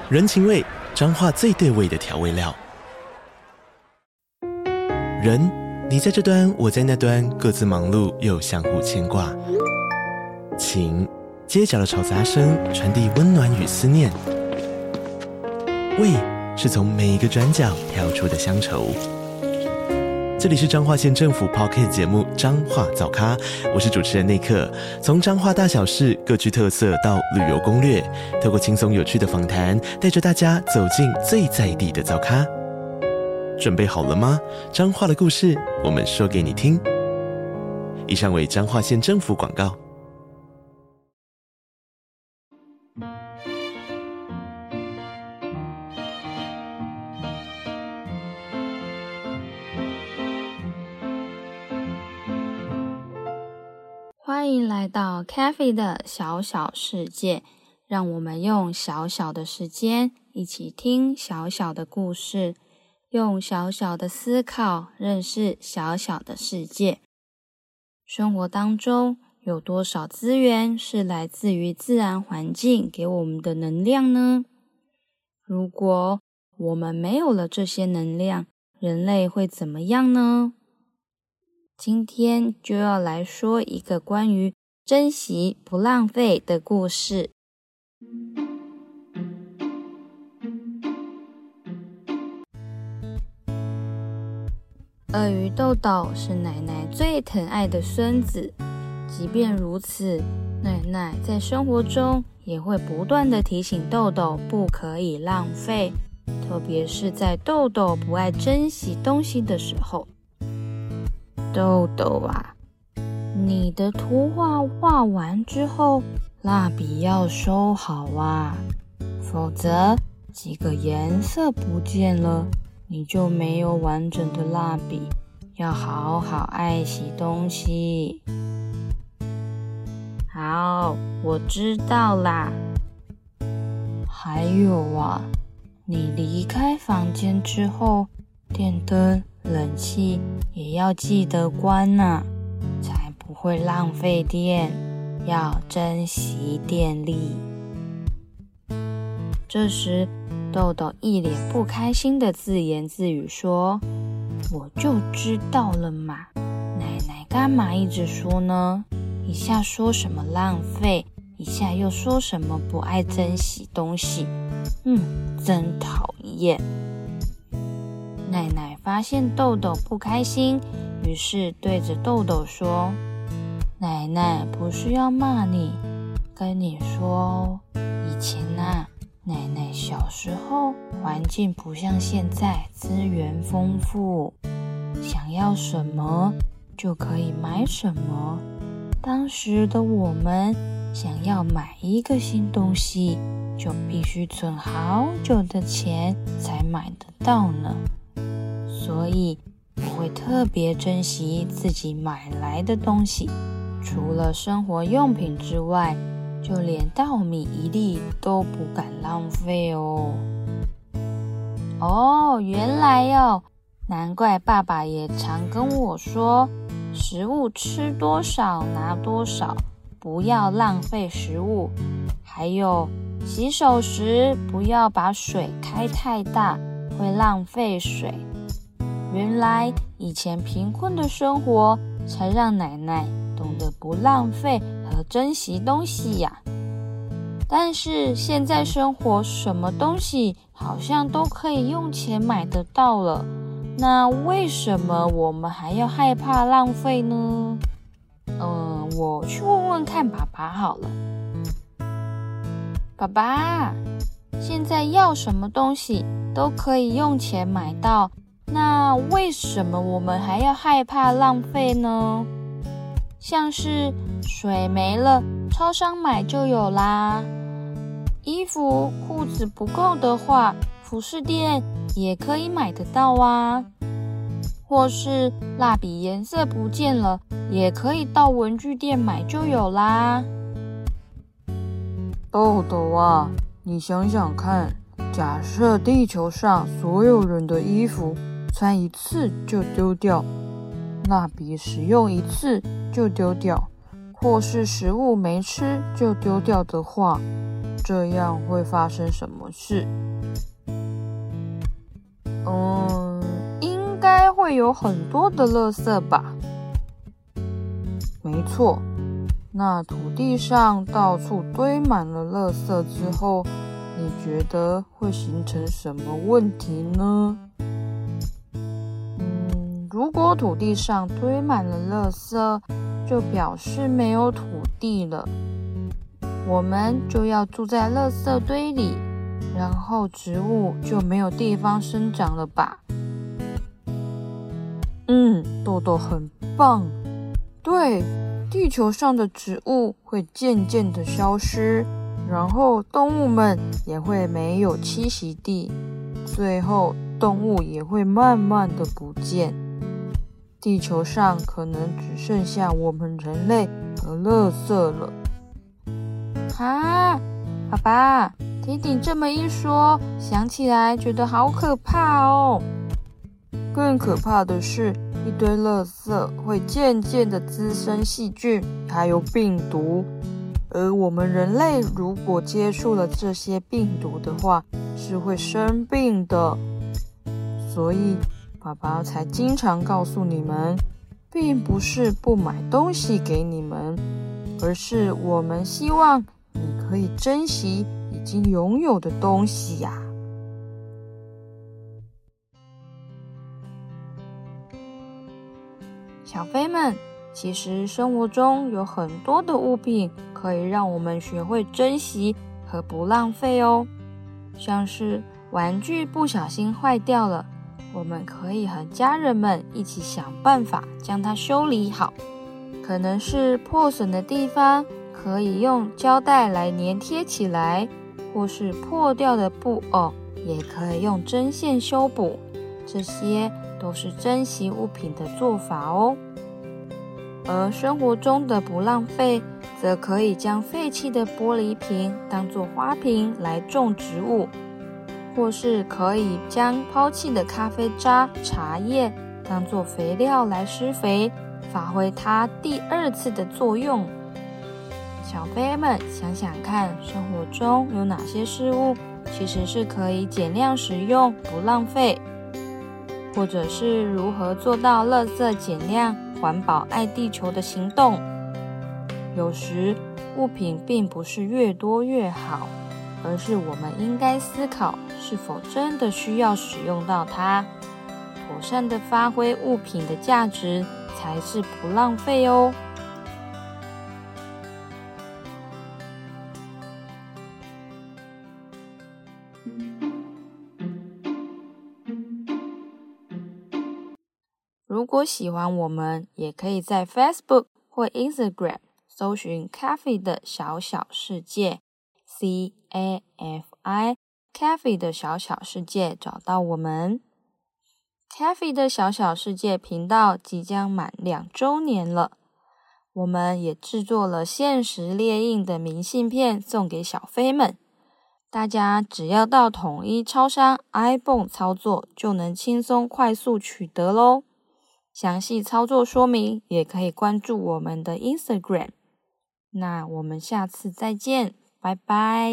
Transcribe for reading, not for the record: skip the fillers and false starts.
人情味，彰化最对味的调味料。人，你在这端，我在那端，各自忙碌又相互牵挂。情，街角的吵杂声传递温暖与思念。味，是从每一个转角跳出的乡愁。这里是彰化县政府 Podcast 节目《彰化早咖》，我是主持人内克。从彰化大小事各具特色到旅游攻略，透过轻松有趣的访谈，带着大家走进最在地的早咖。准备好了吗？彰化的故事，我们说给你听。以上为彰化县政府广告。 欢迎来到 Cafe 的小小世界，让我们用小小的时间一起听小小的故事，用小小的思考认识小小的世界。生活当中有多少资源是来自于自然环境给我们的能量呢？如果我们没有了这些能量，人类会怎么样呢？今天就要来说一个关于珍惜不浪费的故事。鳄鱼豆豆是奶奶最疼爱的孙子，即便如此，奶奶在生活中也会不断地提醒豆豆不可以浪费，特别是在豆豆不爱珍惜东西的时候。豆豆啊，你的图画画完之后，蜡笔要收好啊，否则几个颜色不见了，你就没有完整的蜡笔，要好好爱惜东西。好，我知道啦。还有啊，你离开房间之后，电灯、冷气也要记得关啊，才不会浪费电，要珍惜电力。这时，豆豆一脸不开心的自言自语说：我就知道了嘛，奶奶干嘛一直说呢？一下说什么浪费，一下又说什么不爱珍惜东西，真讨厌。奶奶发现豆豆不开心，于是对着豆豆说：奶奶不是要骂你，跟你说以前啊，奶奶小时候环境不像现在资源丰富，想要什么就可以买什么。当时的我们想要买一个新东西，就必须存好久的钱才买得到呢。所以我会特别珍惜自己买来的东西，除了生活用品之外，就连稻米一粒都不敢浪费哦。原来哦，难怪爸爸也常跟我说，食物吃多少拿多少，不要浪费食物。还有洗手时不要把水开太大，会浪费水。原来以前贫困的生活才让奶奶懂得不浪费和珍惜东西呀。但是现在生活什么东西好像都可以用钱买得到了，那为什么我们还要害怕浪费呢？我去问问看爸爸好了。爸爸，现在要什么东西都可以用钱买到，那为什么我们还要害怕浪费呢？像是水没了，超商买就有啦。衣服、裤子不够的话，服饰店也可以买得到啊。或是蜡笔颜色不见了，也可以到文具店买就有啦。豆豆啊，你想想看，假设地球上所有人的衣服穿一次就丢掉，蜡笔使用一次就丢掉， 或是食物没吃就丢掉的话，这样会发生什么事？应该会有很多的垃圾吧？没错，那土地上到处堆满了垃圾之后，你觉得会形成什么问题呢？如果土地上堆满了垃圾，就表示没有土地了，我们就要住在垃圾堆里，然后植物就没有地方生长了吧？豆豆很棒。对，地球上的植物会渐渐的消失，然后动物们也会没有栖息地，最后动物也会慢慢的不见。地球上可能只剩下我们人类和垃圾了。爸爸，听你这么一说，想起来觉得好可怕哦。更可怕的是，一堆垃圾会渐渐的滋生细菌，还有病毒。而我们人类如果接触了这些病毒的话，是会生病的。所以爸爸才经常告诉你们，并不是不买东西给你们，而是我们希望你可以珍惜已经拥有的东西呀。小飞们，其实生活中有很多的物品可以让我们学会珍惜和不浪费哦。像是玩具不小心坏掉了，我们可以和家人们一起想办法将它修理好。可能是破损的地方，可以用胶带来粘贴起来，或是破掉的布偶，也可以用针线修补。这些都是珍惜物品的做法哦。而生活中的不浪费，则可以将废弃的玻璃瓶当作花瓶来种植物，或是可以将抛弃的咖啡渣、茶叶当作肥料来施肥，发挥它第二次的作用。小飞们，想想看，生活中有哪些事物其实是可以减量使用，不浪费，或者是如何做到垃圾减量、环保爱地球的行动。有时物品并不是越多越好，而是我们应该思考是否真的需要使用到它，妥善的发挥物品的价值，才是不浪费哦。如果喜欢我们，也可以在 Facebook 或 Instagram 搜寻 Cafe 的小小世界 CAFI Cafe 的小小世界找到我们。Cafe 的小小世界频道即将满2周年了，我们也制作了限时列印的明信片送给小飞们，大家只要到统一超商 iPhone 操作，就能轻松快速取得咯。详细操作说明也可以关注我们的 Instagram。 那我们下次再见，拜拜。